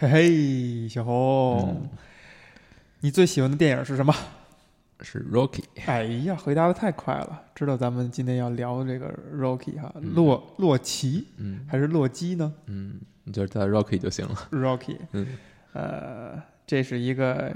嘿嘿，小红，你最喜欢的电影是什么？ 是 Rocky。 哎呀，回答的太快了，知道咱们今天要聊这个 Rocky 哈，洛奇，还是洛基呢？ 你就叫 Rocky 就行了。 Rocky，这是一个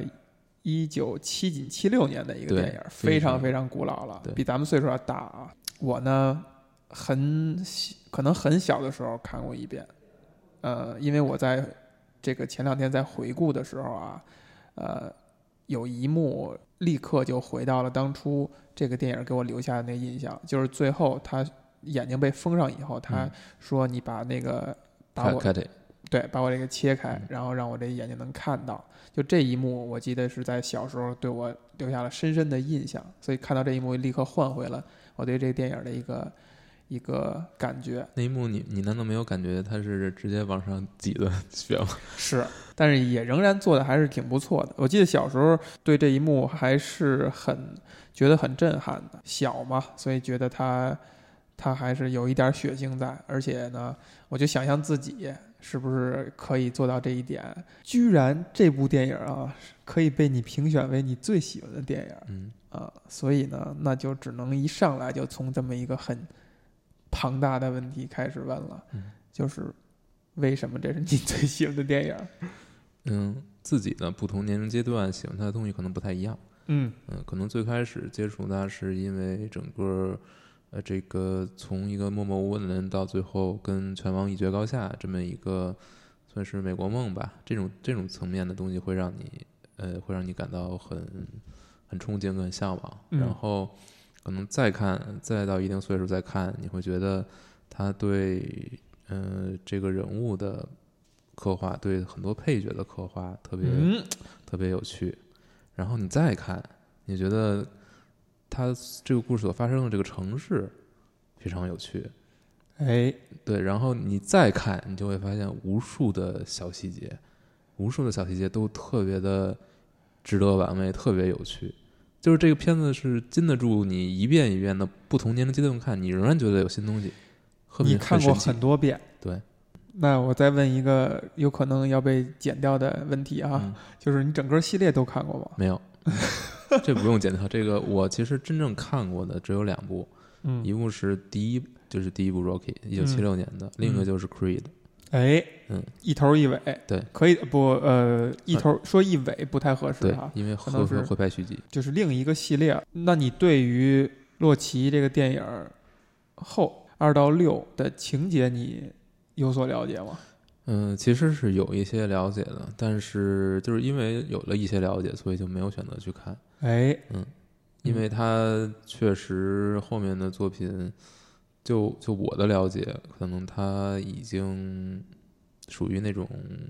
1976年的一个电影，非常非常古老了，比咱们岁数要大啊。我呢，可能很小的时候看过一遍，因为我在这个前2天在回顾的时候啊，有一幕立刻就回到了当初这个电影给我留下的那个印象，就是最后他眼睛被封上以后，他说你把那个把我这个切开，然后让我这眼睛能看到。就这一幕我记得是在小时候对我留下了深深的印象，所以看到这一幕立刻唤回了我对这个电影的一个感觉。 那一幕你难道没有感觉他是直接往上挤的血吗？ 是，但是也仍然做的还是挺不错的。我记得小时候对这一幕还是觉得很震撼的，小嘛，所以觉得他还是有一点血腥在，而且呢，我就想象自己是不是可以做到这一点。居然这部电影啊可以被你评选为你最喜欢的电影，所以呢，那就只能一上来就从这么一个很庞大的问题开始问了，就是为什么这是你最喜欢的电影？ 自己的不同年龄阶段喜欢他的东西可能不太一样。可能最开始接触他是因为整个这个从一个默默无闻的人到最后跟拳王一决高下这么一个算是美国梦吧，这种层面的东西会让你感到很憧憬很向往，然后可能再到一定岁数再看，你会觉得他对这个人物的刻画，对很多配角的刻画特别有趣，然后你再看，你觉得他这个故事所发生的这个城市非常有趣，对，然后你再看，你就会发现无数的小细节都特别的值得玩味，特别有趣。就是这个片子是经得住你一遍一遍的不同年龄阶段看，你仍然觉得有新东西。 你看过很多遍， 对。 那我再问一个有可能要被剪掉的问题啊，就是你整个系列都看过吗？ 没有，这不用剪掉。这个我其实真正看过的只有2部，一部是第一部 Rocky 1976年的，另一个就是 Creed。 一头一尾， 对， 可以不？一头说一尾不太合适哈， 因为会拍续集， 就是另一个系列。那你对于洛奇这个电影后2到6的情节，你有所了解吗？ 其实是有一些了解的，但是就是因为有了一些了解，所以就没有选择去看。因为他确实后面的作品。就我的了解，可能他已经属于那种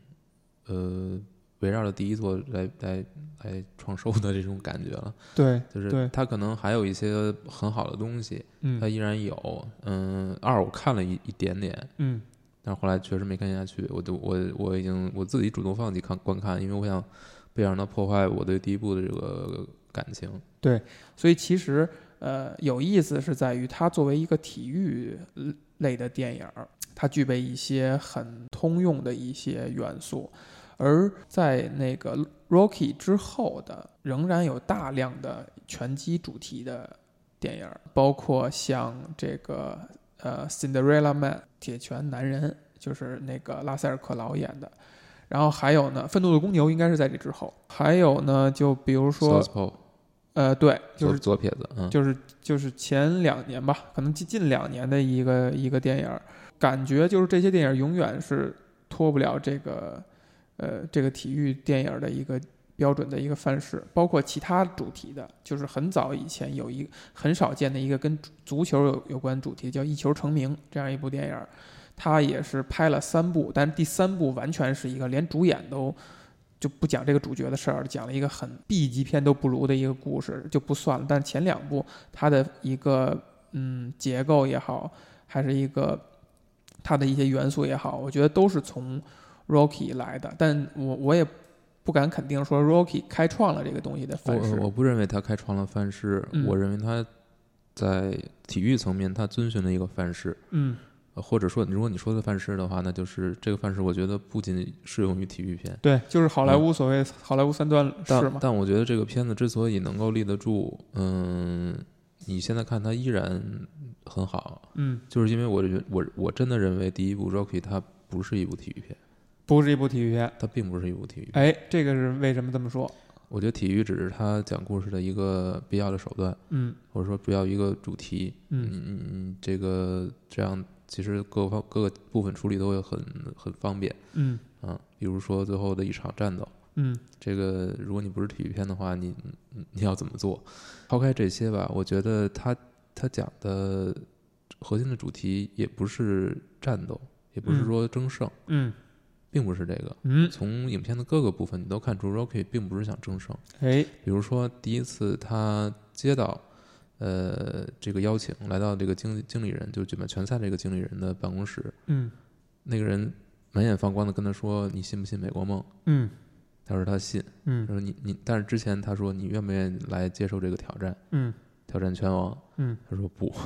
围绕着第一作来创收的这种感觉了。 对， 就是他可能还有一些很好的东西，他依然有。2我看了一点点，但是后来确实没看下去。我已经自己主动放弃观看，因为我想不想让它破坏我对第一部的这个感情。 对，所以其实有意思是在于它作为一个体育类的电影，它具备一些很通用的一些元素，而在那个 Rocky 之后的仍然有大量的拳击主题的电影，包括像这个Cinderella Man 铁拳男人，就是那个拉塞尔克劳演的，然后还有呢愤怒的公牛应该是在这之后，还有呢就比如说对，就是左撇子， 就是前2年吧，可能近2年的一个电影，感觉就是这些电影永远是脱不了这个体育电影的一个标准的一个范式，包括其他主题的，就是很早以前有一个很少见的一个跟足球有关主题叫《一球成名》这样一部电影，它也是拍了3部，但第3部完全是一个连主演都。就不讲这个主角的事儿，讲了一个很 B 级片都不如的一个故事就不算了。但前2部它的一个结构也好，还是一个它的一些元素也好，我觉得都是从 Rocky 来的。但我也不敢肯定说 Rocky 开创了这个东西的范式。 我不认为他开创了范式，我认为他在体育层面他遵循了一个范式。 或者说如果你说的范式的话，那就是这个范式我觉得不仅适用于体育片， 对，就是好莱坞所谓好莱坞三段式嘛。 但我觉得这个片子之所以能够立得住，你现在看它依然很好，就是因为我真的认为第一部 Rocky 它不是一部体育片， 不是一部体育片， 它并不是一部体育片。 哎，这个是为什么这么说？ 我觉得体育只是他讲故事的一个必要的手段，或者说必要一个主题，这样其实各个部分处理都会很方便，比如说最后的一场战斗，这个如果你不是体育片的话，你要怎么做？抛开这些吧，我觉得他讲的核心的主题也不是战斗，也不是说争胜，并不是这个，从影片的各个部分你都看出 Rocky 并不是想争胜。比如说第一次他接到这个邀请，来到这个经理人，就举办拳赛这个经理人的办公室，那个人满眼放光的跟他说：“你信不信美国梦？”他说他信，他说你，但是之前他说你愿不愿意来接受这个挑战？挑战拳王？他说不。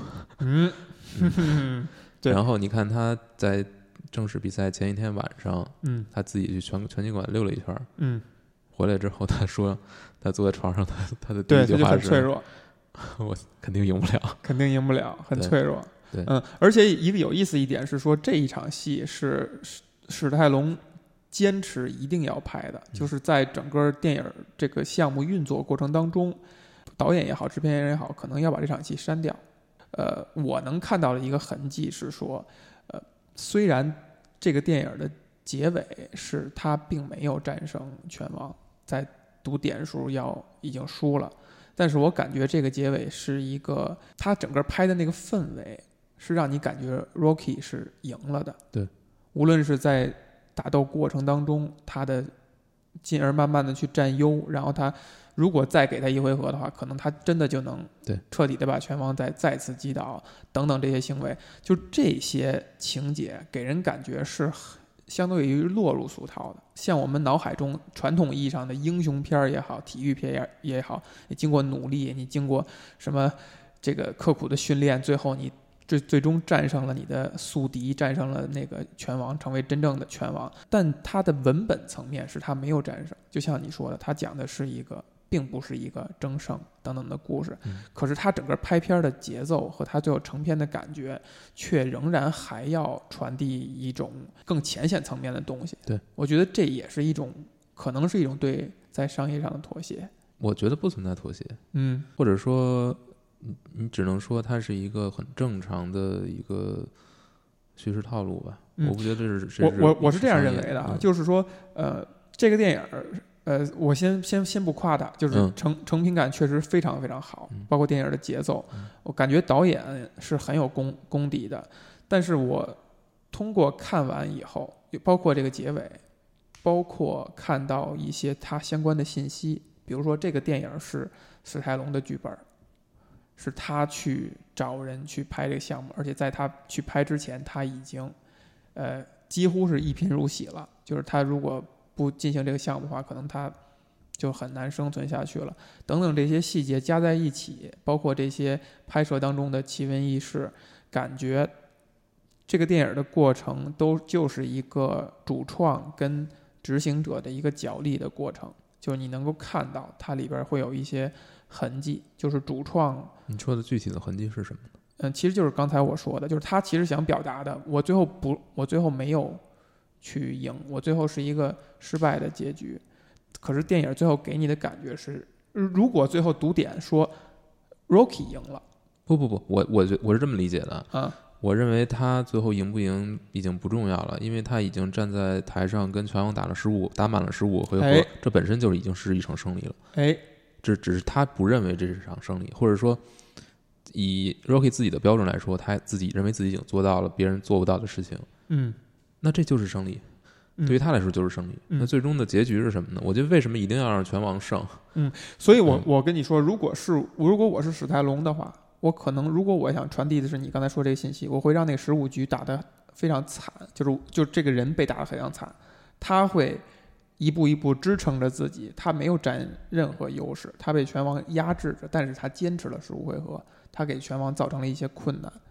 对。 然后你看他在正式比赛前一天晚上，他自己去拳击馆溜了一圈，回来之后他说他坐在床上，他的第一句话是：“ 很脆弱， 我肯定赢不了， 肯定赢不了，很脆弱。” 对， 而且一个有意思一点是说，这一场戏是史泰龙坚持一定要拍的，就是在整个电影这个项目运作过程当中，导演也好，制片人也好，可能要把这场戏删掉。我能看到的一个痕迹是说，虽然这个电影的结尾是他并没有战胜拳王，在赌点数已经输了，但是我感觉这个结尾是一个他整个拍的那个氛围是让你感觉 Rocky 是赢了的。 对， 无论是在打斗过程当中，他的进而慢慢的去占优，然后他如果再给他一回合的话，可能他真的就能彻底的把拳王再次击倒等等这些行为，就这些情节给人感觉是相对于落入俗套的，像我们脑海中传统意义上的英雄片也好，体育片也好，你经过努力，你经过什么这个刻苦的训练，最后你最终战胜了你的宿敌，战胜了那个拳王，成为真正的拳王。但他的文本层面是他没有战胜，就像你说的，他讲的是并不是一个争胜等等的故事，可是他整个拍片的节奏和他最后成片的感觉，却仍然还要传递一种更浅显层面的东西。 对， 我觉得这也是可能是一种对在商业上的妥协。 我觉得不存在妥协，或者说你只能说它是一个很正常的一个叙事套路吧。我不觉得我是这样认为的，就是说这个电影我先不夸它，就是成品感确实非常非常好，包括电影的节奏，我感觉导演是很有功底的。但是我通过看完以后，包括这个结尾，包括看到一些它相关的信息，比如说这个电影是史泰龙的剧本，是他去找人去拍这个项目，而且在他去拍之前，他已经几乎是一贫如洗了，就是他如果不进行这个项目的话，可能他就很难生存下去了。等等这些细节加在一起，包括这些拍摄当中的奇闻异事，感觉这个电影的过程都就是一个主创跟执行者的一个角力的过程，就是你能够看到它里边会有一些痕迹，就是主创。 你说的具体的痕迹是什么呢？ 其实就是刚才我说的，就是他其实想表达的，我最后没有去赢，我最后是一个失败的结局。可是电影最后给你的感觉是，如果最后赌点说 Rocky 赢了， 不，我是这么理解的啊。我认为他最后赢不赢已经不重要了，因为他已经站在台上跟拳王打满了15回合，这本身就已经是一场胜利了。这只是他不认为这是一场胜利，或者说以 Rocky 自己的标准来说，他自己认为自己已经做到了别人做不到的事情。那这就是胜利，对于他来说就是胜利。那最终的结局是什么呢？我觉得为什么一定要让拳王胜？ 所以我跟你说，如果我是史泰龙的话，我可能如果我想传递的是你刚才说这个信息，我会让那个15局打得非常惨，就这个人被打得非常惨，他会一步一步支撑着自己，他没有占任何优势，他被拳王压制着，但是他坚持了15回合，他给拳王造成了一些困难。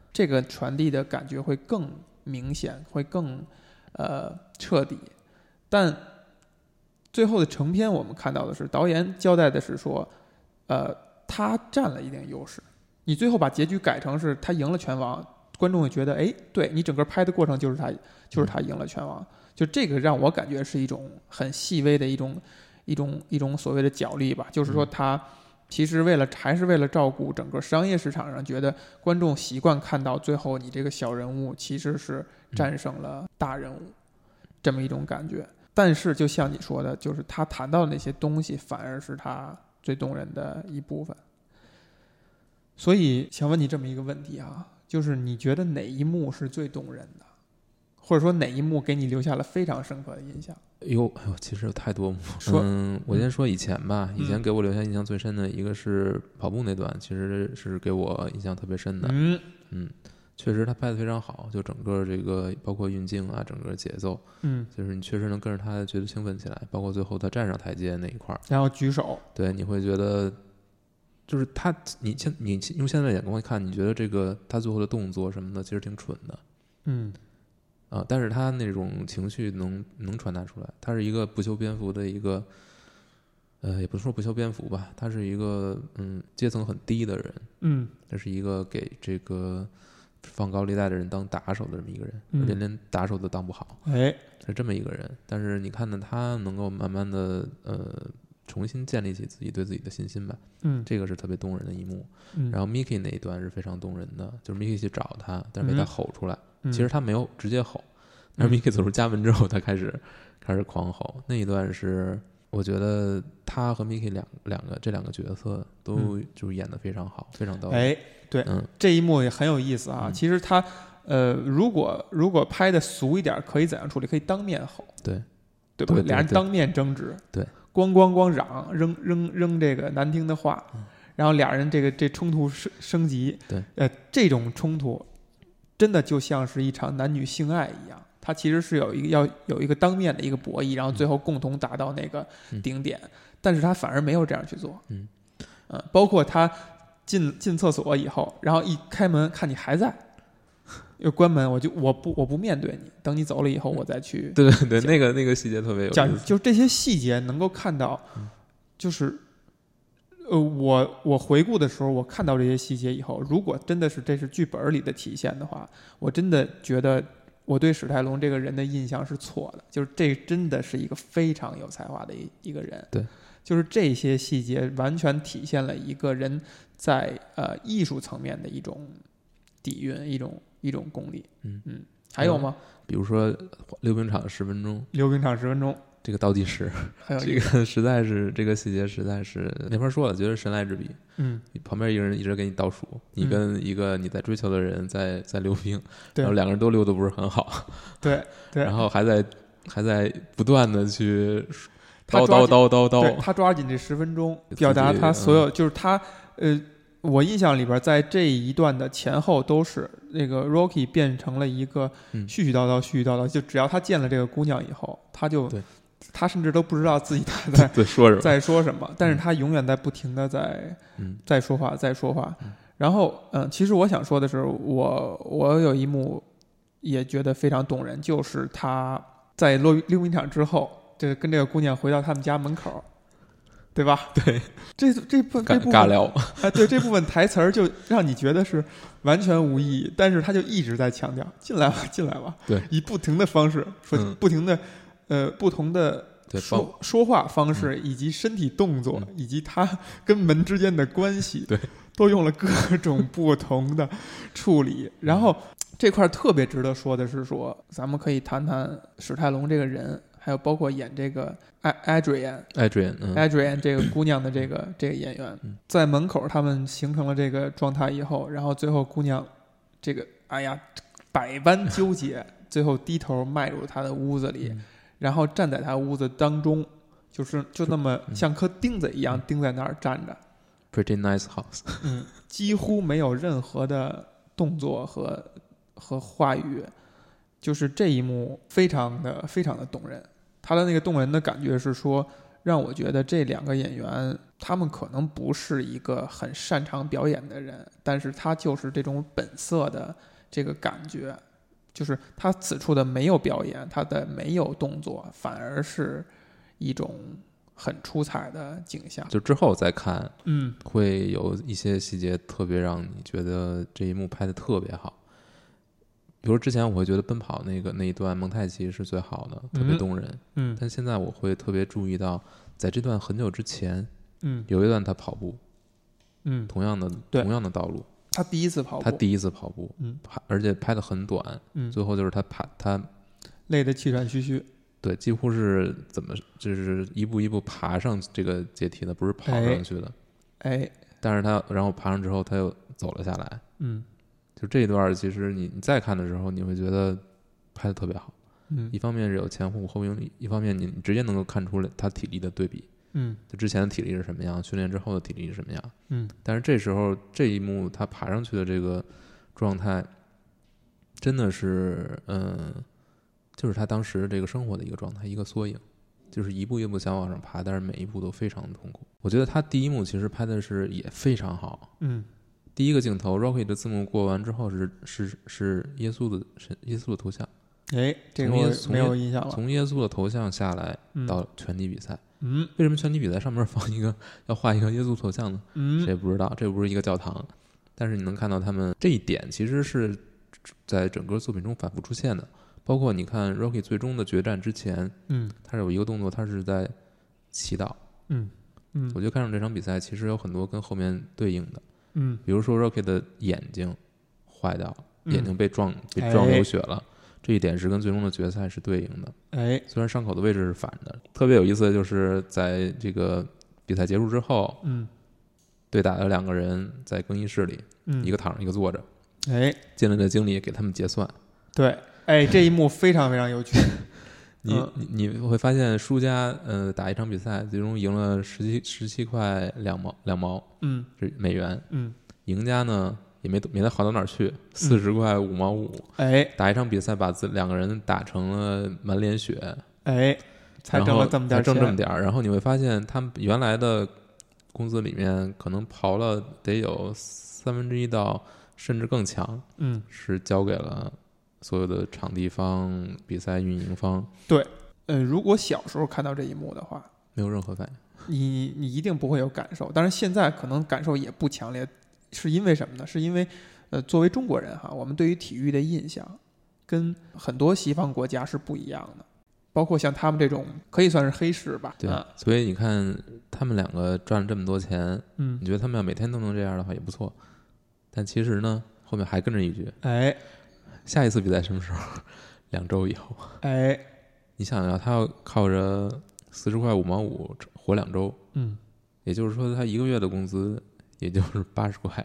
这个传递的感觉会更明显，会更彻底。但最后的成片我们看到的是，导演交代的是说他占了一定优势。你最后把结局改成是他赢了拳王，观众会觉得哎，对，你整个拍的过程就是他赢了拳王。就这个让我感觉是一种很细微的一种所谓的角力吧，就是说他其实还是为了照顾整个商业市场上，觉得观众习惯看到最后你这个小人物其实是战胜了大人物，这么一种感觉。但是就像你说的，就是他谈到的那些东西反而是他最动人的一部分。所以想问你这么一个问题啊，就是你觉得哪一幕是最动人的，或者说哪一幕给你留下了非常深刻的印象？ 哎呦，其实有太多幕。我先说以前吧。以前给我留下印象最深的一个是跑步那段，其实是给我印象特别深的。确实他拍得非常好，就整个这个包括运镜啊，整个节奏，就是你确实能跟着他觉得兴奋起来。包括最后他站上台阶那一块， 然后举手， 对，你会觉得就是他，你用现在的眼光看，你觉得这个他最后的动作什么的其实挺蠢的，但是他那种情绪能传达出来。他是一个不修边幅的一个，也不是说不修边幅吧，他是一个阶层很低的人，他是一个给这个放高利贷的人当打手的这么一个人，而且连打手都当不好，是这么一个人。但是你看到他能够慢慢的重新建立起自己对自己的信心吧，这个是特别动人的一幕。然后 Mickey 那一段是非常动人的，就是 Mickey 去找他，但是被他吼出来，其实他没有直接吼，但是 Mickey 走出家门之后，他开始狂吼。那一段是我觉得他和 Mickey 这两个角色都就是演得非常好，非常到位。 对，这一幕也很有意思啊。其实他如果拍的俗一点，可以怎样处理？可以当面吼，对吧？俩人当面争执， 对， 咣嚷，扔这个难听的话，然后俩人这冲突升级， 对， 这种冲突真的就像是一场男女性爱一样，它其实是要有一个当面的一个博弈，然后最后共同达到那个顶点，但是他反而没有这样去做，包括他进厕所以后，然后一开门看你还在。又关门，我不面对你，等你走了以后我再去。 对，那个细节特别有意思。 就是这些细节能够看到，就是我回顾的时候，我看到这些细节以后，如果真的是这是剧本里的体现的话，我真的觉得我对史泰龙这个人的印象是错的。就是这真的是一个非常有才华的一个人。 对， 就是这些细节完全体现了一个人在艺术层面的一种底蕴，一种功力。还有吗？ 比如说溜冰场10分钟，这个倒计时，这个实在是这个细节实在是没法说了，觉得神来之笔。旁边一个人一直给你倒数，你跟一个你在追求的人在溜冰，然后两个人都溜得不是很好， 对， 然后还在不断的去叨， 对， 他抓紧这10分钟，表达他所有，就是他我印象里边，在这一段的前后都是那个 Rocky 变成了一个絮絮叨叨，就只要他见了这个姑娘以后，他甚至都不知道自己在说什么，但是他永远在不停的在说话。然后其实我想说的是，我有一幕也觉得非常动人，就是他在溜冰场之后，就跟这个姑娘回到他们家门口。对吧？ 对， 这部分尬聊， 对，这部分台词儿就让你觉得是完全无意义，但是他就一直在强调进来吧， 对， 以不停的方式说，不停的不同的说话方式，以及身体动作，以及他跟门之间的关系， 对， 都用了各种不同的处理。然后这块特别值得说的是说，咱们可以谈谈史泰龙这个人。还有包括演这个 Adrian 这个姑娘的这个演员，在门口他们形成了这个状态以后，然后最后姑娘这个百般纠结，最后低头迈入他的屋子里，然后站在他屋子当中，就那么像颗钉子一样钉在那儿站着。 Pretty nice house 几乎没有任何的动作和话语，就是这一幕非常的动人。他的那个动人的感觉是说， 让我觉得这两个演员他们可能不是一个很擅长表演的人，但是他就是这种本色的这个感觉，就是他此处的没有表演，他的没有动作，反而是一种很出彩的景象。 就之后再看，会有一些细节特别让你觉得这一幕拍的特别好。比如之前我会觉得奔跑那一段蒙太奇是最好的，特别动人。但现在我会特别注意到，在这段很久之前，有一段他跑步，同样的道路， 他第一次跑步， 而且拍的很短，最后就是他累得气喘吁吁， 对，几乎是就是一步一步爬上这个阶梯的，不是跑上去的，但是他然后爬上之后他又走了下来，就这一段其实你再看的时候，你会觉得拍的特别好。一方面是有前后呼应力，一方面你直接能够看出来他体力的对比。就之前的体力是什么样，训练之后的体力是什么样。但是这时候这一幕他爬上去的这个状态，真的是就是他当时这个生活的一个状态，一个缩影。就是一步一步想往上爬，但是每一步都非常的痛苦。我觉得他第一幕其实拍的是也非常好。第一个镜头 Rocky 的字幕过完之后是耶稣的头像。 这个我没有印象了。 从耶稣的头像下来到拳击比赛。为什么拳击比赛上面要画一个耶稣头像呢？谁也不知道，这不是一个教堂。但是你能看到他们这一点其实是在整个作品中反复出现的。包括你看 Rocky 最终的决战之前，他有一个动作，他是在祈祷。我觉得看上这场比赛其实有很多跟后面对应的。比如说 Rocky 的眼睛坏掉了，眼睛被撞流血了，这一点是跟最终的决赛是对应的。虽然伤口的位置是反的。特别有意思的就是在这个比赛结束之后，对打的两个人在更衣室里，一个躺着一个坐着，进来的经理给他们结算。 对，这一幕非常非常有趣。 你会发现输家打一场比赛最终赢了17块2毛美元，赢家呢也没得好到哪儿去，40块5毛5。打一场比赛把两个人打成了满脸血， 才挣了这么点钱， 挣这么点儿。然后你会发现他们原来的工资里面可能刨了得有1/3到甚至更强，是交给了所有的场地方、比赛运营方。 对，如果小时候看到这一幕的话， 没有任何反应， 你一定不会有感受。但是现在可能感受也不强烈，是因为什么呢？是因为作为中国人哈，我们对于体育的印象跟很多西方国家是不一样的，包括像他们这种可以算是黑市吧。 对，所以你看他们两个赚了这么多钱，你觉得他们要每天都能这样的话也不错。但其实呢，后面还跟着一句，下一次比赛什么时候？2周以后。你想要他要靠着40块5毛5活2周，也就是说他一个月的工资也就是80块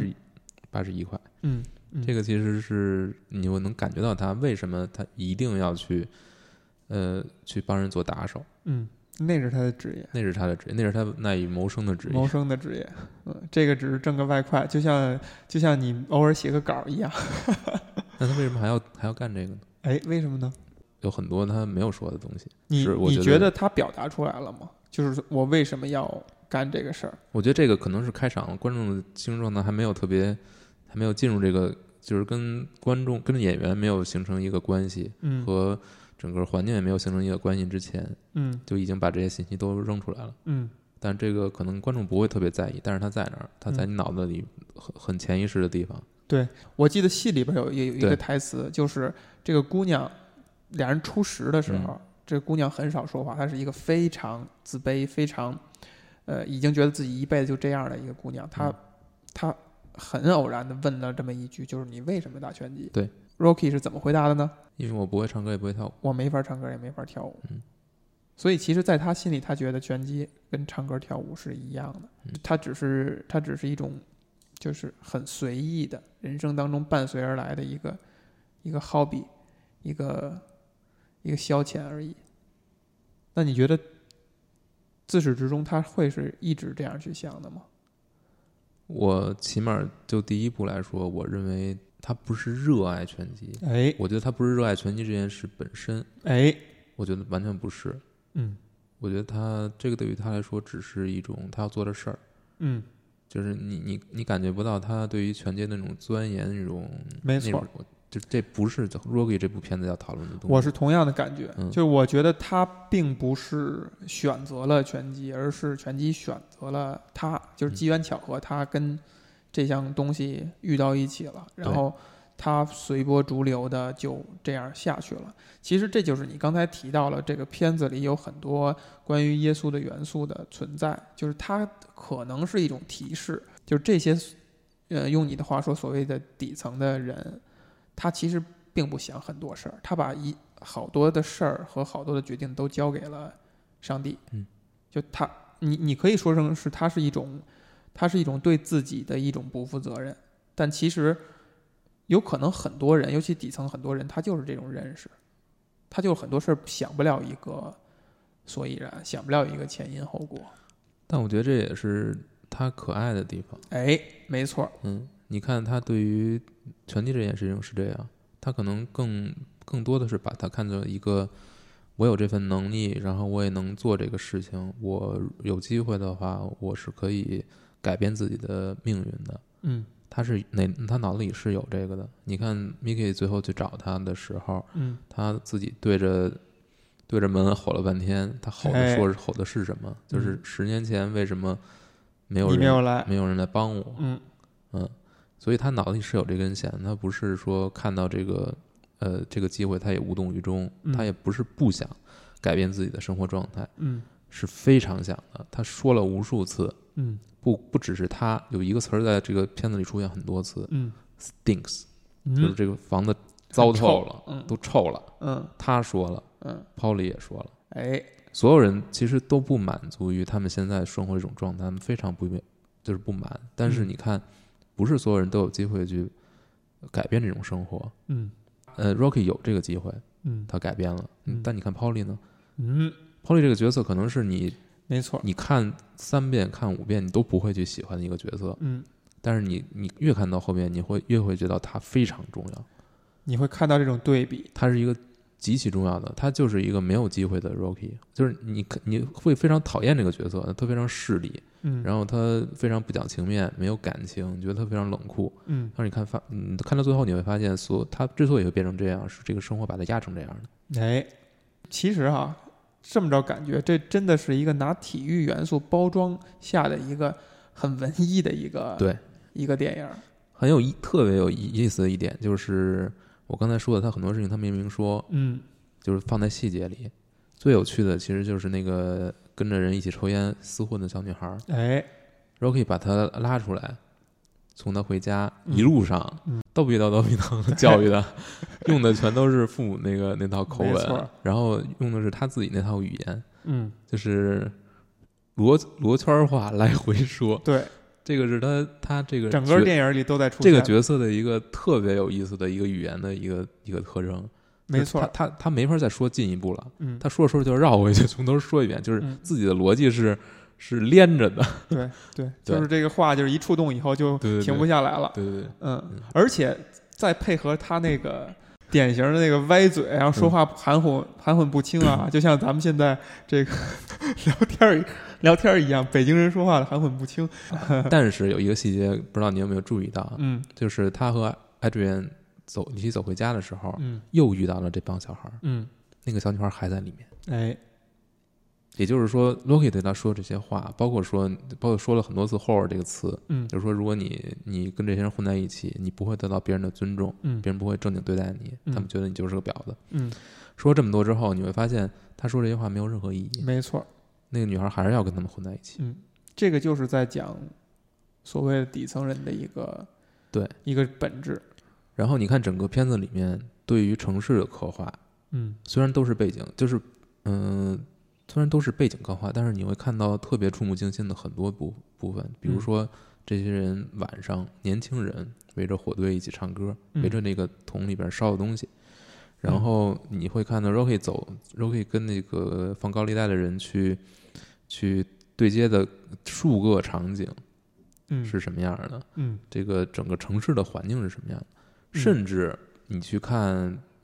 81块。这个其实是你会能感觉到他为什么他一定要去帮人做打手。 那是他的职业， 那是他赖以谋生的职业。 这个只是挣个外快，就像你偶尔写个稿一样。 那他为什么还要干这个呢？ 为什么呢？ 有很多他没有说的东西。 你觉得他表达出来了吗？就是我为什么要干这个事儿？ 我觉得这个可能是开场观众的精神状态还没有进入这个，就是跟观众跟演员没有形成一个关系，和整个环境也没有形成一个关系之前，就已经把这些信息都扔出来了。但这个可能观众不会特别在意，但是他在那儿，他在你脑子里很潜意识的地方。 对，我记得戏里边有一个台词，就是这个姑娘俩人初识的时候，这个姑娘很少说话，她是一个非常自卑、非常已经觉得自己一辈子就这样的一个姑娘。她很偶然的问了这么一句，就是你为什么打拳击？ 对 ，Rocky 是怎么回答的呢？ 因为我不会唱歌也不会跳舞， 我没法唱歌也没法跳舞。所以其实在他心里，他觉得拳击跟唱歌跳舞是一样的。他只是一种就是很随意的人生当中伴随而来的一个 hobby， 一个消遣而已。那你觉得自始至终他会是一直这样去想的吗？ 我起码就第一步来说，我认为他不是热爱拳击。我觉得他不是热爱拳击这件事本身。我觉得完全不是。 我觉得他这个对于他来说只是一种他要做的事儿，就是你感觉不到他对于拳击那种钻研那种， 没错， 就这不是 Rocky 这部片子要讨论的东西。 我是同样的感觉，就是我觉得他并不是选择了拳击，而是拳击选择了他，就是机缘巧合，他跟这项东西遇到一起了，然后他随波逐流的就这样下去了。其实这就是你刚才提到了，这个片子里有很多关于耶稣的元素的存在，就是它可能是一种提示，就是这些用你的话说所谓的底层的人，他其实并不想很多事儿，他把好多的事儿和好多的决定都交给了上帝。就你可以说成是他是一种对自己的一种不负责任，但其实有可能很多人，尤其底层很多人，他就是这种认识，他就很多事儿想不了一个所以然，想不了一个前因后果。 但我觉得这也是他可爱的地方。 没错。 你看他对于拳击这件事情是这样，他可能更多的是把他看作一个，我有这份能力，然后我也能做这个事情，我有机会的话，我是可以改变自己的命运的。他脑子里是有这个的。你看 Mickey 最后去找他的时候，他自己对着门吼了半天，他吼的是什么？就是10年前为什么没有人来帮我？所以他脑子里是有这根弦，他不是说看到这个机会他也无动于衷，他也不是不想改变自己的生活状态，是非常想的。他说了无数次，不只是他，有一个词儿在这个片子里出现很多次，stinks，就是这个房子糟透了，都臭了。他说了，Paulie 也说了，所有人其实都不满足于他们现在生活这种状态，他们非常不满。但是你看，不是所有人都有机会去改变这种生活。Rocky 有这个机会，他改变了。但你看 Paulie 呢？Paulie 这个角色可能是没错， 你看3遍、看5遍，你都不会去喜欢的一个角色。但是你越看到后面，你会越会觉得他非常重要。 你会看到这种对比， 他是一个极其重要的，他就是一个没有机会的 Rocky， 就是你会非常讨厌这个角色，他非常势利，然后他非常不讲情面，没有感情，你觉得他非常冷酷。但是你看到最后，你会发现，他之所以会变成这样，是这个生活把他压成这样的。 其实这么着感觉，这真的是一个拿体育元素包装下的一个很文艺的一个电影。 特别有意思的一点就是我刚才说的，他很多事情他没明说，就是放在细节里。最有趣的其实就是那个跟着人一起抽烟厮混的小女孩，Rocky 把她拉出来，送她回家，一路上叨逼叨的教育她，用的全都是父母那套口吻，然后用的是他自己那套语言，就是罗圈话来回说。 对， 这个是他这个整个电影里都在出现这个角色的一个特别有意思的一个语言的一个特征。 没错， 他没法再说进一步了，他说着就绕回去，从头说一遍，就是自己的逻辑是连着的。 对，就是这个话就是一触动以后就停不下来了。 对， 而且再配合他那个典型的那个歪嘴，然后说话含混不清就像咱们现在这个聊天一样，北京人说话含混不清。 但是有一个细节，不知道你有没有注意到，就是他和 Adrian 一起走回家的时候，又遇到了这帮小孩，那个小女孩还在里面。也就是说 Rocky 对他说这些话，包括说了很多次 whore 这个词，就是说如果你跟这些人混在一起，你不会得到别人的尊重，别人不会正经对待你，他们觉得你就是个婊子。说这么多之后，你会发现他说这些话没有任何意义。 没错， 那个女孩还是要跟他们混在一起。 这个就是在讲所谓的底层人的一个本质。 然后你看整个片子里面对于城市的刻画，虽然都是背景，就是虽然都是背景刻画，但是你会看到特别触目惊心的很多部分，比如说这些人晚上年轻人围着火堆一起唱歌，围着那个桶里边烧的东西，然后你会看到 Rocky 跟那个放高利贷的人去对接的数个场景是什么样的，这个整个城市的环境是什么样的，甚至你去看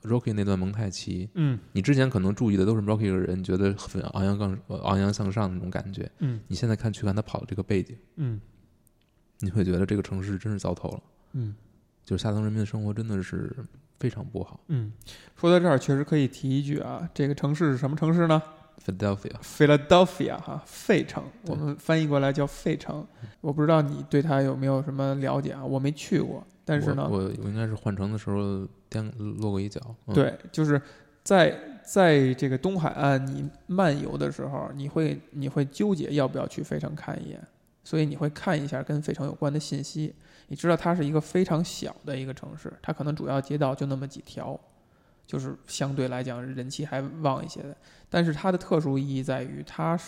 Rocky 那段蒙太奇，你之前可能注意的都是 Rocky 这个人，觉得很昂扬向上的那种感觉，你现在去看他跑的这个背景，你会觉得这个城市真是糟透了，就是下层人民的生活真的是非常不好。 说到这儿，确实可以提一句啊，这个城市是什么城市呢？ Philadelphia 哈，费城，我们翻译过来叫费城。我不知道你对它有没有什么了解啊？我没去过，但是呢， 我应该是换乘的时候落过一脚。 对，就是在这个东海岸你漫游的时候，你会纠结要不要去费城看一眼，所以你会看一下跟费城有关的信息。你知道它是一个非常小的一个城市，它可能主要街道就那么几条，就是相对来讲人气还旺一些的。但是它的特殊意义在于，它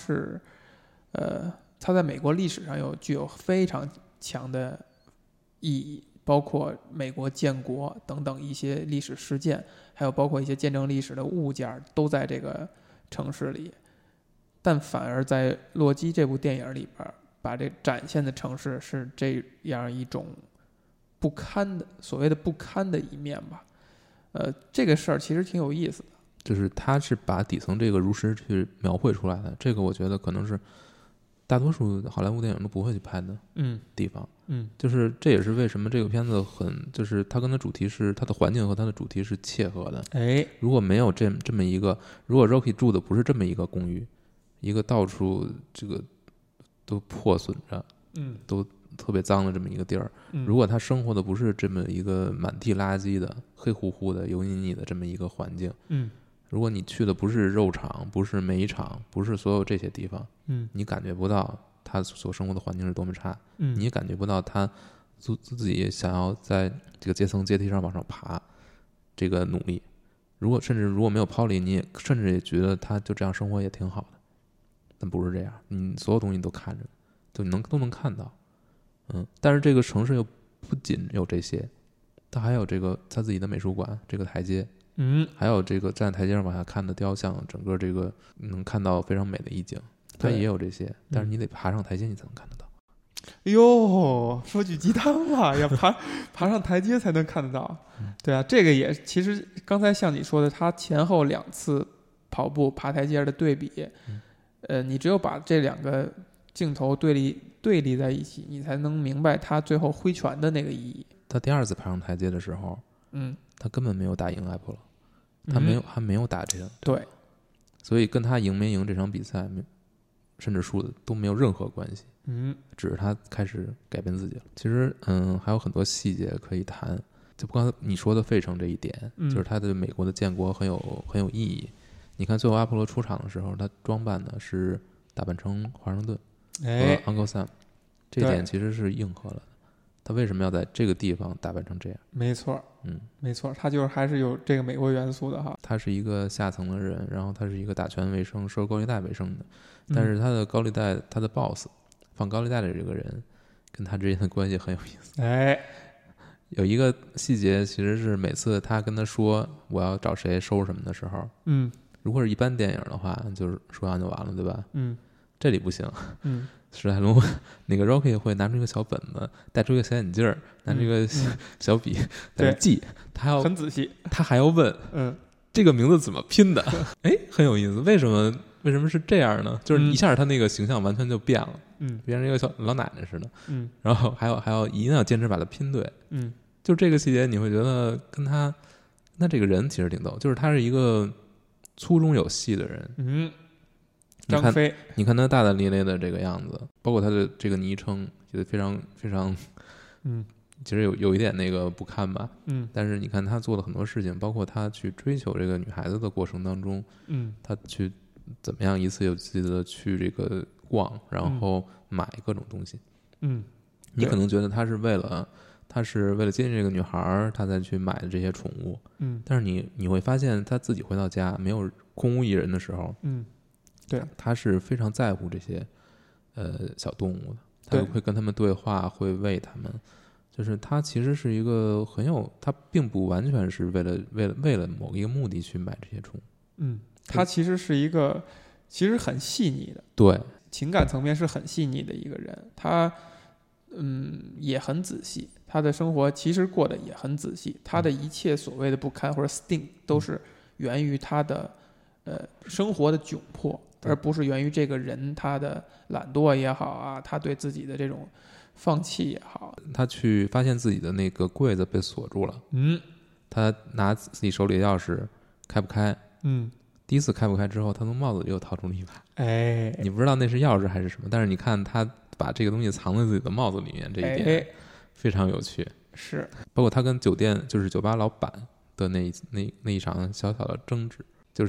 在美国历史上具有非常强的意义，包括美国建国等等一些历史事件，还有包括一些见证历史的物件都在这个城市里。但反而在洛基这部电影里边，把这展现的城市是这样一种不堪的，所谓的不堪的一面吧。这个事儿其实挺有意思的。 就是他是把底层这个如实去描绘出来的，这个我觉得可能是大多数好莱坞电影都不会去拍的地方。就是这也是为什么这个片子就是它跟它主题是它的环境和它的主题是切合的。如果没有这么一个，如果 Rocky 住的不是这么一个公寓，一个到处这个都破损着，都特别脏的这么一个地儿，如果他生活的不是这么一个满地垃圾的黑乎乎的油腻腻的这么一个环境，如果你去的不是肉厂，不是煤厂，不是所有这些地方，你感觉不到他所生活的环境是多么差，你也感觉不到他自己想要在这个阶梯上往上爬这个努力。甚至如果没有抛离，你也甚至也觉得他就这样生活也挺好的，但不是这样，你所有东西都看着，就你都能看到。但是这个城市又不仅有这些，它还有这个他自己的美术馆，这个台阶，还有这个站在台阶上往下看的雕像，整个这个能看到非常美的意境，它也有这些，但是你得爬上台阶你才能看得到。 哎呦，说句鸡汤吧，要爬上台阶才能看得到。对啊，这个也其实刚才像你说的，他前后2次跑步爬台阶的对比，你只有把这2个镜头对立在一起，你才能明白他最后挥拳的那个意义。 他第2次爬上台阶的时候，他根本没有打赢艾普勒，还没有打这个， 对， 所以跟他赢没赢这场比赛，甚至输的都没有任何关系。只是他开始改变自己了。其实，还有很多细节可以谈。就不刚才你说的费城这一点，就是他对美国的建国很有意义。你看，最后阿波罗出场的时候，他装扮的是打扮成华盛顿和 Uncle Sam，这点其实是应和了的。他为什么要在这个地方打扮成这样？ 没错，没错，他就是还是有这个美国元素的哈。 他是一个下层的人，然后他是一个打拳为生、收高利贷为生的，但是他的高利贷，他的 boss 放高利贷的这个人，跟他之间的关系很有意思。有一个细节，其实是每次他跟他说我要找谁收什么的时候，如果是一般电影的话，就是说完就完了，对吧？这里不行。史泰龙那个 Rocky 会拿出一个小本子，带出一个小眼镜，拿这个小笔在这记，他要很仔细， 他还要问，这个名字怎么拼的？很有意思。为什么是这样呢？就是一下他那个形象完全就变了，变成一个小老奶奶似的，然后还要一定要坚持把它拼对，就这个细节你会觉得跟他这个人其实挺逗，就是他是一个粗中有细的人， 张飞， 你看他大大咧咧的这个样子，包括他的这个昵称，觉得非常非常，其实有一点那个不堪吧，但是你看他做了很多事情，包括他去追求这个女孩子的过程当中，他去怎么样一次又一次的去这个逛，然后买各种东西，你可能觉得他是为了接近这个女孩，他才去买的这些宠物，但是你会发现他自己回到家没有空无一人的时候， 对， 他是非常在乎这些小动物的，他会跟他们对话，会喂他们，就是他其实是一个他并不完全是为了某一个目的去买这些宠物， 他其实是一个其实很细腻的， 对， 情感层面是很细腻的一个人，他也很仔细，他的生活其实过得也很仔细，他的一切所谓的不堪或者 sting 都是源于他的生活的窘迫，而不是源于这个人他的懒惰也好啊，他对自己的这种放弃也好。 他去发现自己的那个柜子被锁住了，他拿自己手里的钥匙开不开，第一次开不开之后，他从帽子里又掏出了一把，你不知道那是钥匙还是什么，但是你看他把这个东西藏在自己的帽子里面，这一点非常有趣。 是， 包括他跟就是酒吧老板的那一场小小的争执，就是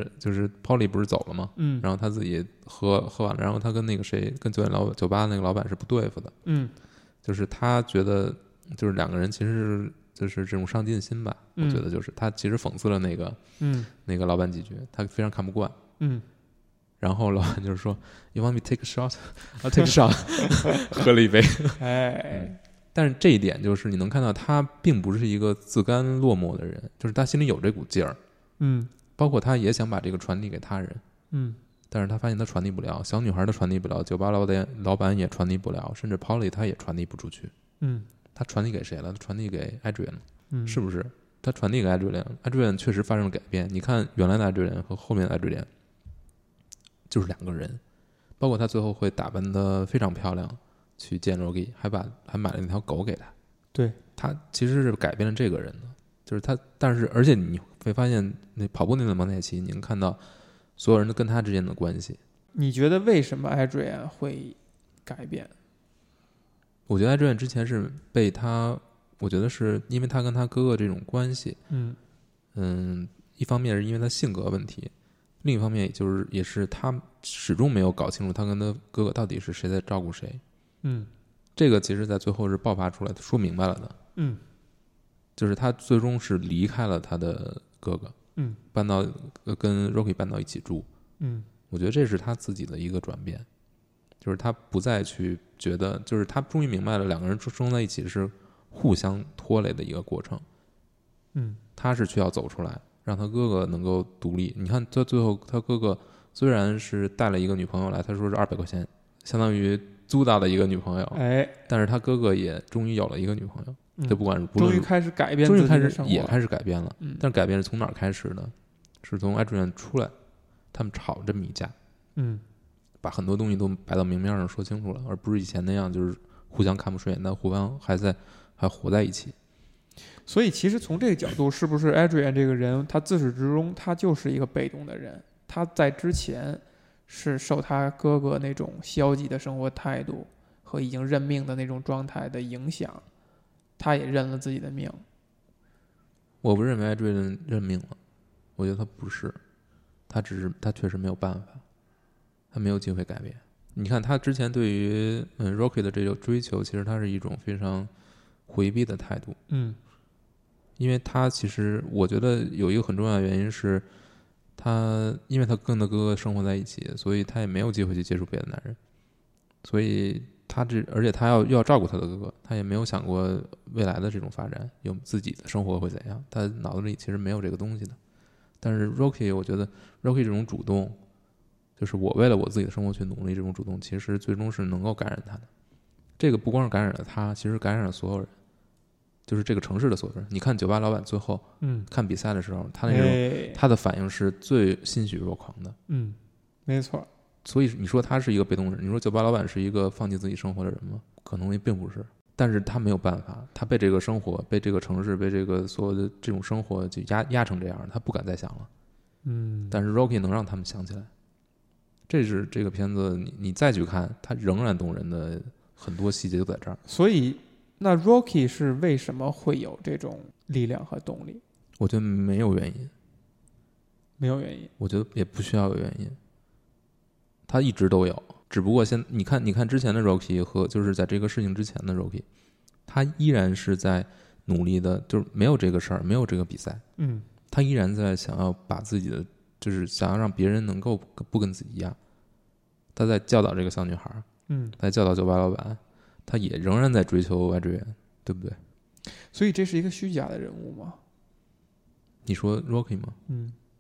Polly 不是走了吗？然后他自己喝完了，然后他跟那个谁，跟酒吧那个老板是不对付的，就是他觉得就是两个人其实就是这种上进心吧，我觉得就是他其实讽刺了那个老板几句，他非常看不惯，然后老板就是说 You want me take a shot? I'll take a shot 喝了一杯但是这一点就是你能看到他并不是一个自甘落寞的人，就是他心里有这股劲儿，包括他也想把这个传递给他人，但是他发现他传递不了，小女孩他传递不了，酒吧老板也传递不了，甚至 Polly 他也传递不出去，他传递给谁了？他传递给 Adrian 了，是不是？他传递给 Adrian 确实发生了改变，你看原来的 Adrian 和后面的 Adrian就是两个人，包括他最后会打扮得非常漂亮去见 Rocky， 还买了那条狗给他。 对， 他其实是改变了这个人的，就是他，但是而且你会发现那跑步那段蒙太奇，你能看到所有人都跟他之间的关系。 你觉得为什么 Adrian 会改变？ 我觉得 Adrian 之前是被他，我觉得是因为他跟他哥哥这种关系，一方面是因为他性格问题。另一方面也是他始终没有搞清楚他跟他哥哥到底是谁在照顾谁，这个其实在最后是爆发出来的，说明白了的，就是他最终是离开了他的哥哥，搬到跟 Rocky 搬到一起住，我觉得这是他自己的一个转变，就是他不再去觉得，就是他终于明白了两个人生在一起是互相拖累的一个过程，他是需要走出来。让他哥哥能够独立。你看他最后他哥哥虽然是带了一个女朋友来，他说是200块钱相当于租到了一个女朋友，但是他哥哥也终于有了一个女朋友，就不管终于开始改变自己的生活， 也开始改变了，但是改变是从哪儿开始的？是从 Adrian 出来，他们吵这么一架，把很多东西都摆到明面上说清楚了，而不是以前那样就是互相看不顺眼，但互相还活在一起。 所以其实从这个角度，是不是 Adrian 这个人他自始至终他就是一个被动的人，他在之前是受他哥哥那种消极的生活态度和已经认命的那种状态的影响，他也认了自己的命。 我不认为 Adrian 认命了，我觉得他不是，他确实没有办法，他没有机会改变。你看他之前对于Rocky 的这个追求，其实他是一种非常回避的态度，因为他其实我觉得有一个很重要的原因是因为他跟他哥哥生活在一起，所以他也没有机会去接触别的男人，所以而且他又要照顾他的哥哥，他也没有想过未来的这种发展，有自己的生活会怎样，他脑子里其实没有这个东西的。但是 Rocky 我觉得 Rocky 这种主动，就是我为了我自己的生活去努力，这种主动其实最终是能够感染他的。这个不光是感染了他，其实感染了所有人，就是这个城市的所有人。你看酒吧老板最后看比赛的时候，他的反应是最欣喜若狂的， 没错。 所以你说他是一个被动人，你说酒吧老板是一个放弃自己生活的人吗？可能也并不是，但是他没有办法，他被这个生活，被这个城市，被这个所有的这种生活就压成这样，他不敢再想了。但是 Rocky 能让他们想起来，这是这个片子你再去看，它仍然动人的很多细节就在这儿。 所以那 Rocky 是为什么会有这种力量和动力？ 我觉得没有原因， 没有原因， 我觉得也不需要有原因，他一直都有，只不过你看之前的 Rocky 和就是在这个事情之前的 Rocky， 他依然是在努力的，就是没有这个事儿，没有这个比赛，他依然在想要把自己的，就是想要让别人能够不跟自己一样，他在教导这个小女孩，在教导酒吧老板，他也仍然在追求 Adrian， 对不对？ 所以这是一个虚假的人物吗？ 你说 Rocky 吗？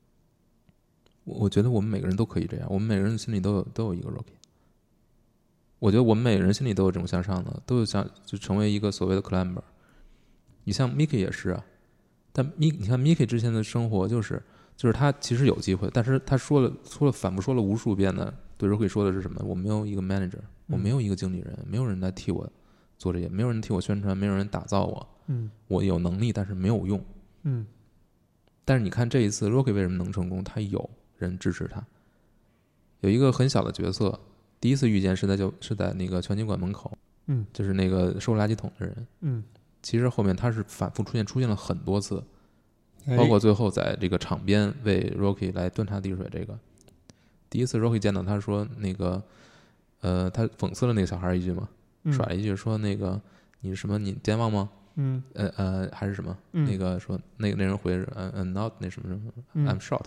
我觉得我们每个人都可以这样，我们每个人心里都有一个 Rocky。 我觉得我们每个人心里都有这种向上的，都有想就成为一个所谓的 climber。你像 Mickey 也是啊，但你看 Mickey 之前的生活就是他其实有机会，但是他反复说了无数遍的，对 Rocky 说的是什么？我没有一个 manager， 我没有一个经理人，没有人来替我做这些，没有人替我宣传，没有人打造我。我有能力，但是没有用。但是你看这一次 Rocky 为什么能成功？他有人支持他，有一个很小的角色，第一次遇见是在那个拳击馆门口，就是那个收垃圾桶的人，其实后面他是反复出现了很多次，包括最后在这个场边为 Rocky 来端茶递水。这个第一次 Rocky 见到他说那个他讽刺了那个小孩一句嘛，甩了一句说那个你什么你健忘吗？还是什么？那个说那人回是not 那什么什么，I'm short，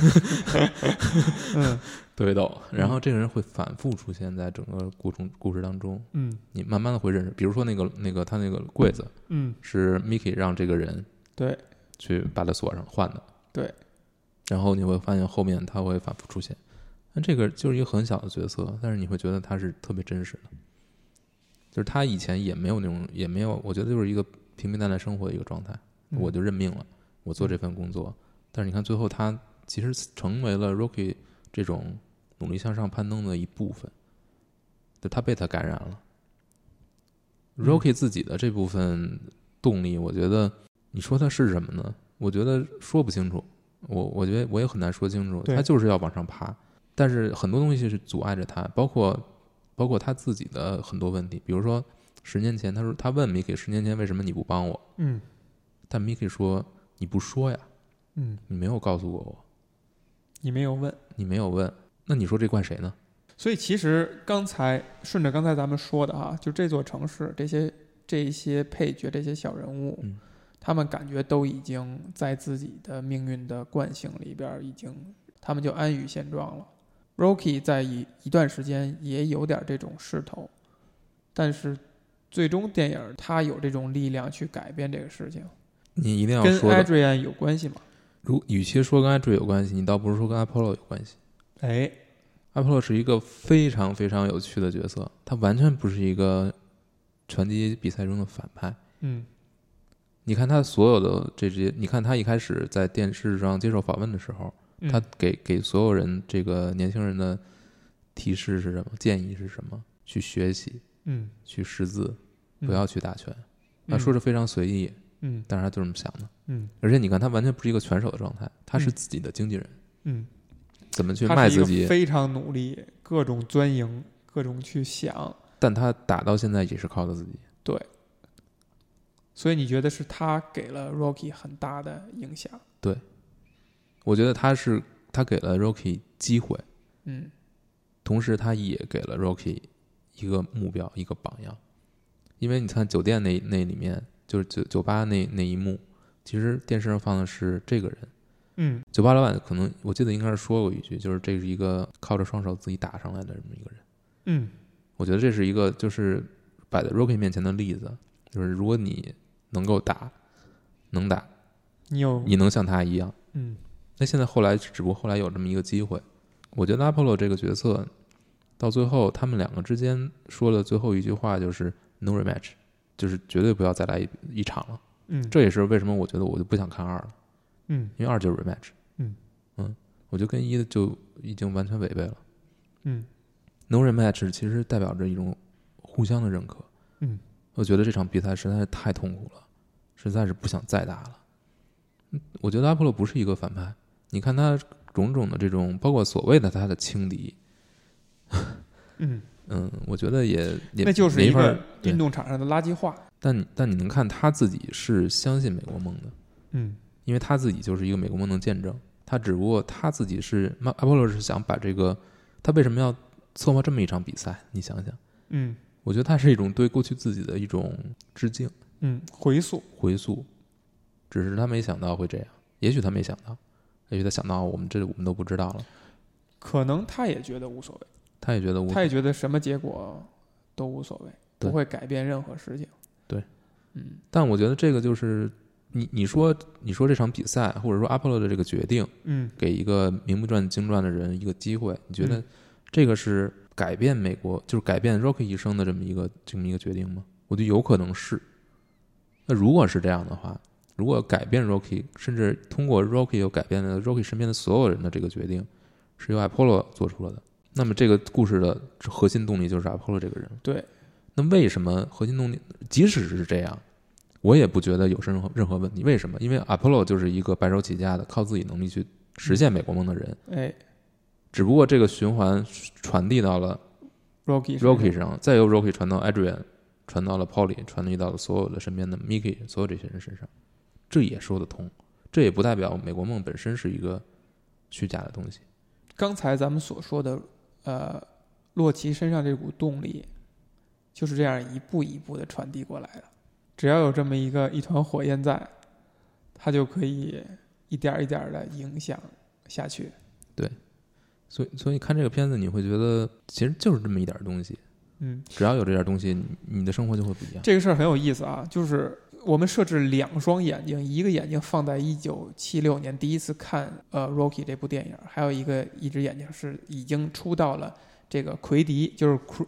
特别逗。然后这个人会反复出现在整个故事当中，你慢慢的会认识。比如说那个他那个柜子，是 Mickey 让这个人对去把它锁上换的， 对。 然后你会发现后面他会反复出现，但这个就是一个很小的角色，但是你会觉得他是特别真实的。就是他以前也没有那种，也没有，我觉得就是一个平平淡淡生活的一个状态，我就认命了，我做这份工作。但是你看最后他其实成为了 Rocky 这种努力向上攀登的一部分，就他被他感染了。Rocky 自己的这部分动力，我觉得你说他是什么呢？我觉得说不清楚，我觉得我也很难说清楚。他就是要往上爬，但是很多东西是阻碍着他，包括他自己的很多问题，比如说10年前，他问 Mickey 10年前为什么你不帮我？但 Mickey 说你不说呀，你没有告诉过我，你没有问，那你说这怪谁呢？ 所以其实顺着刚才咱们说的哈，就这座城市这些配角这些小人物，他们感觉都已经在自己的命运的惯性里边，他们就安于现状了。Rocky 在一段时间也有点这种势头，但是最终电影他有这种力量去改变这个事情。 你一定要说跟 Adrian 有关系吗？ 与其说跟 Adrian 有关系，你倒不如说跟 Apollo 有关系。Apollo 是一个非常非常有趣的角色，他完全不是一个拳击比赛中的反派。你看他所有的这些，你看他一开始在电视上接受访问的时候，他给所有人这个年轻人的提示是什么？建议是什么？去学习，去识字，不要去打拳。他说是非常随意，但是他就这么想的。而且你看他完全不是一个拳手的状态，他是自己的经纪人。怎么去卖自己？ 他非常努力，各种钻营，各种去想。 但他打到现在也是靠他自己。 对。所以你觉得是他给了 Rocky 很大的影响？ 对，我觉得他给了 Rocky 机会，同时他也给了 Rocky 一个目标，一个榜样。因为你看酒店那里面，就是酒吧那一幕，其实电视上放的是这个人。酒吧老板可能我记得应该是说过一句，就是这是一个靠着双手自己打上来的这么一个人。我觉得这是一个就是摆在 Rocky 面前的例子，就是如果你能够能打，你能像他一样。那现在只不过后来有这么一个机会。我觉得 Apollo 这个角色到最后他们两个之间说的最后一句话就是 no rematch， 就是绝对不要再来一场了。这也是为什么我觉得我就不想看2了。因为2就是 rematch。我觉得跟1就已经完全违背了。no rematch 其实代表着一种互相的认可。我觉得这场比赛实在是太痛苦了，实在是不想再打了。我觉得阿波罗不是一个反派，你看他种种的这种，包括所谓的他的轻敌，我觉得也那就是一个运动场上的垃圾话。 但你能看他自己是相信美国梦的，因为他自己就是一个美国梦的见证。他只不过他自己是阿波罗是想把这个，他为什么要策划这么一场比赛？你想想，我觉得他是一种对过去自己的一种致敬，回溯，只是他没想到会这样，也许他没想到，也许他想到我们都不知道了， 可能他也觉得无所谓，他也觉得什么结果都无所谓，不会改变任何事情。 对，但我觉得这个就是你说这场比赛，或者说阿波罗的这个决定，给一个名不传经传的人一个机会，你觉得这个是改变美国，就是改变 Rocky 一生的这么一个决定吗？我觉得有可能是。那如果是这样的话，如果改变 Rocky， 甚至通过 Rocky 又改变了 Rocky 身边的所有人的这个决定，是由 Apollo 做出了的。那么这个故事的核心动力就是 Apollo 这个人。 对。 那为什么核心动力，即使是这样，我也不觉得有任何问题？为什么？因为 Apollo 就是一个白手起家的，靠自己能力去实现美国梦的人。 哎， 只不过这个循环传递到了 Rocky 上，再由 Rocky 传到 Adrian， 传到了 Paulie， 传递到了所有的身边的 Mickey， 所有这些人身上，这也说得通。这也不代表美国梦本身是一个虚假的东西。 刚才咱们所说的洛奇身上这股动力就是这样一步一步的传递过来的，只要有这么一团火焰在，它就可以一点一点的影响下去。 对，所以看这个片子你会觉得其实就是这么一点东西，只要有这点东西，你的生活就会不一样。 这个事儿很有意思啊，就是我们设置2双眼睛，一个眼睛放在1976年第一次看Rocky 这部电影，还有一只眼睛是已经出到了这个奎迪，就是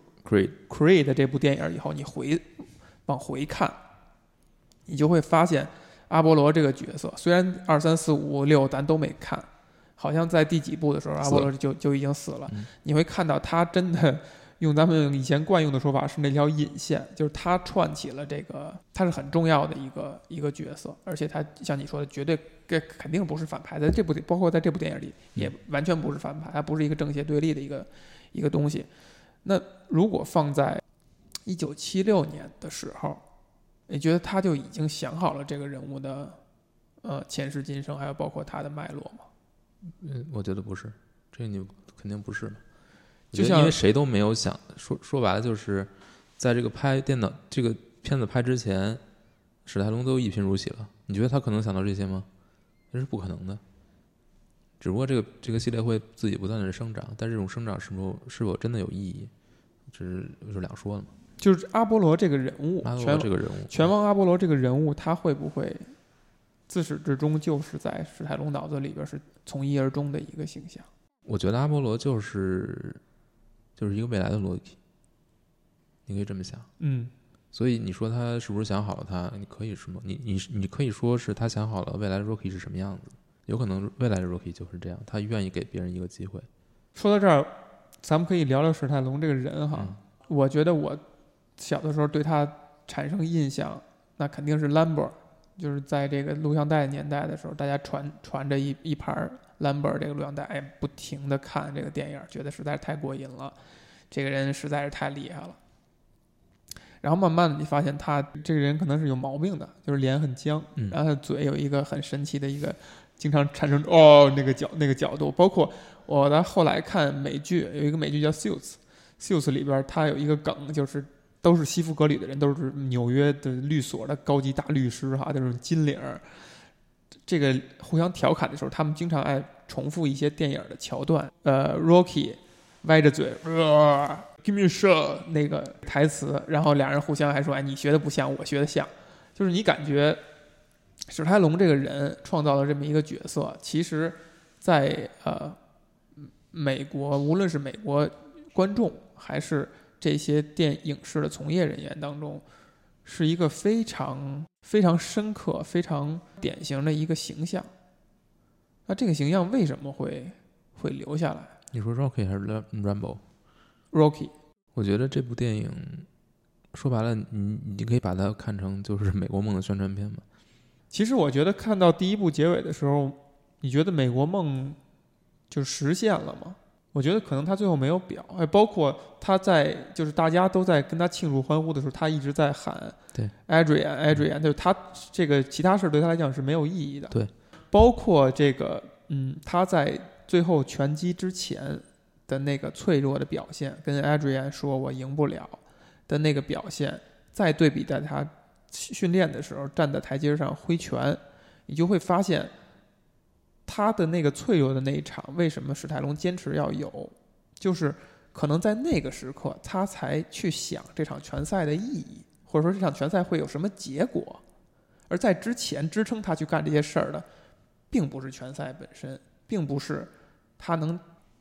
Creed 这部电影以后，你往回看，你就会发现阿波罗这个角色，虽然2、3、4、5、6咱都没看，好像在第几部的时候阿波罗就已经死了。你会看到他真的用咱们以前惯用的说法是那条引线，就是他串起了这个，他是很重要的一个角色，而且他像你说的，绝对肯定不是反派，在这部包括在这部电影里也完全不是反派，他不是一个正邪对立的一个东西。那如果放在1976年的时候，你觉得他就已经想好了这个人物的前世今生，还有包括他的脉络吗？ 我觉得不是，这你肯定不是。 就像因为谁都没有想说白了，就是在这个这个片子拍之前，史泰龙都一贫如洗了。你觉得他可能想到这些吗？这是不可能的。只不过这个系列会自己不断的生长，但这种生长是否真的有意义，就是两说了嘛。 就是阿波罗这个人物，拳王阿波罗这个人物，他会不会自始至终就是在史泰龙脑子里边是从一而终的一个形象？ 我觉得阿波罗就是一个未来的罗基，你可以这么想。所以你说他是不是想好了他？你可以是吗？你可以说是他想好了未来的 Rocky 是什么样子，有可能未来的 Rocky 就是这样，他愿意给别人一个机会。 说到这儿，咱们可以聊聊史泰龙这个人哈。我觉得我小的时候对他产生印象，那肯定是 Lambert， 就是在这个录像带年代的时候，大家传着一盘 Lambert 这个录像带，不停的看这个电影，觉得实在是太过瘾了，这个人实在是太厉害了。然后慢慢的你发现他这个人可能是有毛病的，就是脸很僵，然后他嘴有一个很神奇的一个经常产生那个角度。包括我在后来看美剧，有一个美剧叫 Suits 里边他有一个梗，就是都是西服革履的人，都是纽约的律所的高级大律师哈，那种金领。这个互相调侃的时候，他们经常爱重复一些电影的桥段。Rocky 歪着嘴，Give me a shot 那个台词，然后两人互相还说，你学的不像，我学的像。就是你感觉史泰龙这个人创造了这么一个角色，其实在美国，无论是美国观众还是这些电影视的从业人员当中，是一个非常非常深刻、非常典型的一个形象。那这个形象为什么会留下来？ 你说 Rocky 还是 Rambo？Rocky， 我觉得这部电影说白了，你可以把它看成就是美国梦的宣传片嘛。 其实我觉得看到第一部结尾的时候，你觉得美国梦就实现了吗？我觉得可能他最后没有表，包括他在就是大家都在跟他庆祝欢呼的时候，他一直在喊对 Adrian， 就是他这个其他事对他来讲是没有意义的。 对， 包括这个他在最后拳击之前的那个脆弱的表现，跟 Adrian 说我赢不了的那个表现，再对比在他训练的时候站在台阶上挥拳，你就会发现他的那个脆弱的那一场，为什么史泰龙坚持要有，就是可能在那个时刻他才去想这场拳赛的意义，或者说这场拳赛会有什么结果。而在之前支撑他去干这些事儿的并不是拳赛本身，并不是他能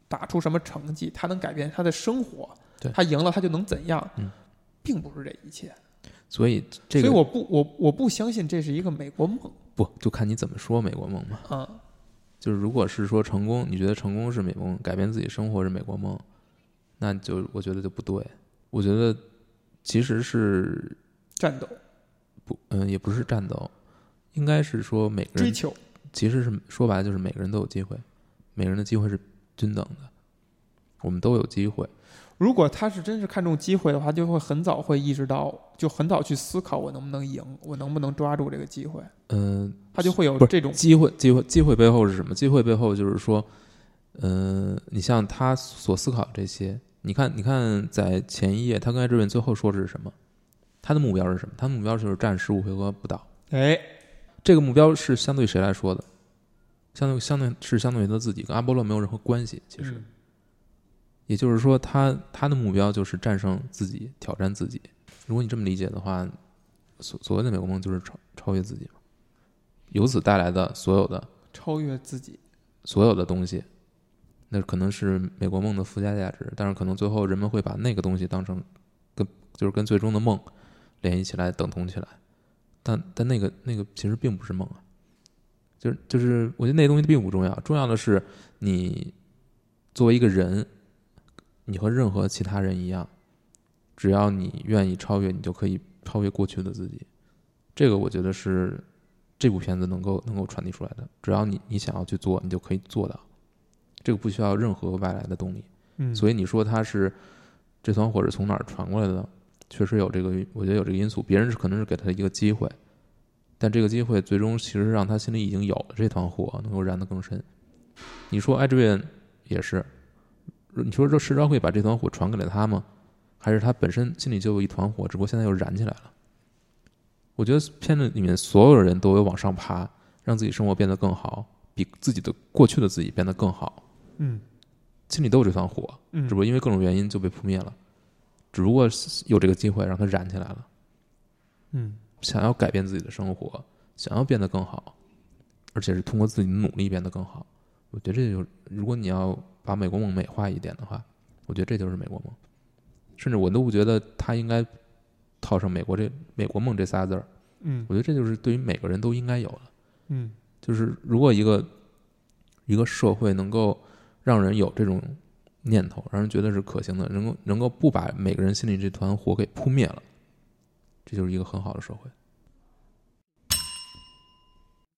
打出什么成绩，他能改变他的生活， 对， 他赢了他就能怎样，并不是这一切。 所以我不相信这是一个美国梦。 不，就看你怎么说美国梦嘛。就是如果是说成功，你觉得成功是美国梦，改变自己生活是美国梦，那就我觉得就不对。我觉得其实是战斗， 也不是战斗，应该是说每个人追求， 其实是说白了就是每个人都有机会，每个人的机会是均等的，我们都有机会。 如果他是真是看重机会的话，就会很早会意识到，就很早去思考我能不能赢，我能不能抓住这个机会。他就会有这种机会背后是什么？机会背后就是说，你像他所思考这些，你看在前一页，他跟艾志文最后说的是什么？他的目标是什么？他的目标就是战15回合不倒。这个目标是相对谁来说的？相对于他自己，跟阿波罗没有任何关系。其实，也就是说他的目标就是战胜自己，挑战自己。如果你这么理解的话，所谓的美国梦就是超越自己嘛，由此带来的所有的超越自己所有的东西，那可能是美国梦的附加价值，但是可能最后人们会把那个东西当成跟最终的梦联系起来，等同起来。但那个其实并不是梦啊，就是我觉得那东西并不重要，重要的是你作为一个人，你和任何其他人一样，只要你愿意超越，你就可以超越过去的自己。这个我觉得是这部片子能够传递出来的，只要你想要去做，你就可以做到，这个不需要任何外来的动力。所以你说它是这团火是从哪儿传过来的，确实有这个，我觉得有这个因素。别人可能是给他一个机会，但这个机会最终其实让他心里已经有了这团火，能够燃得更深。你说艾志远也是，你说这世昭会把这团火传给了他吗？还是他本身心里就有一团火，只不过现在又燃起来了？我觉得片子里面所有人都有往上爬，让自己生活变得更好，比自己的过去的自己变得更好。心里都有这团火，只不过因为各种原因就被扑灭了。只不过有这个机会让它燃起来了。想要改变自己的生活，想要变得更好，而且是通过自己的努力变得更好。我觉得这就，如果你要把美国梦美化一点的话，我觉得这就是美国梦。甚至我都不觉得他应该套上美国梦这仨字儿。我觉得这就是对于每个人都应该有的。就是如果一个社会能够让人有这种念头，让人觉得是可行的，能够不把每个人心里这团火给扑灭了，这就是一个很好的社会。